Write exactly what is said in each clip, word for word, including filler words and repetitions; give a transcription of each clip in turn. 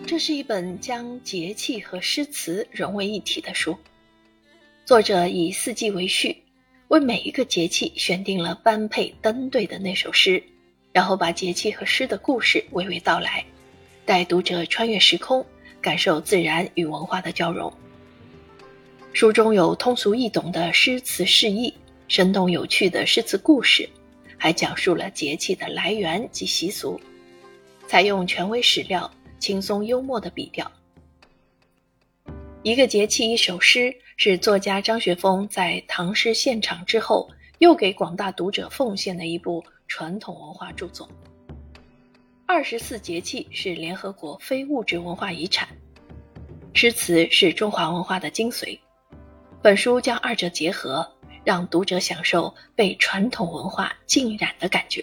这是一本将节气和诗词融为一体的书。作者以四季为序，为每一个节气选定了般配登对的那首诗，然后把节气和诗的故事娓娓道来，带读者穿越时空，感受自然与文化的交融。书中有通俗易懂的诗词释义，生动有趣的诗词故事，还讲述了节气的来源及习俗，采用权威史料，轻松幽默的笔调。一个节气一首诗是作家张学峰在唐诗现场之后又给广大读者奉献的一部传统文化著作。二十四节气是联合国非物质文化遗产，诗词是中华文化的精髓。本书将二者结合，让读者享受被传统文化浸染的感觉。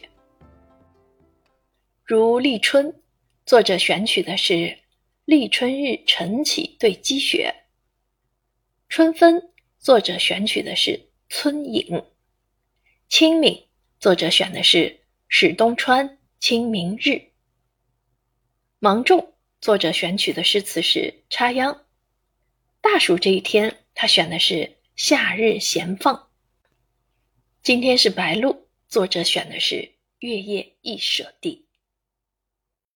如立春，作者选取的是立春日晨起对积雪。春分，作者选取的是村饮。清明，作者选的是史东川清明日。芒种，作者选取的诗词是插秧。大暑这一天，他选的是夏日闲放。今天是白露，作者选的是月夜一舍地。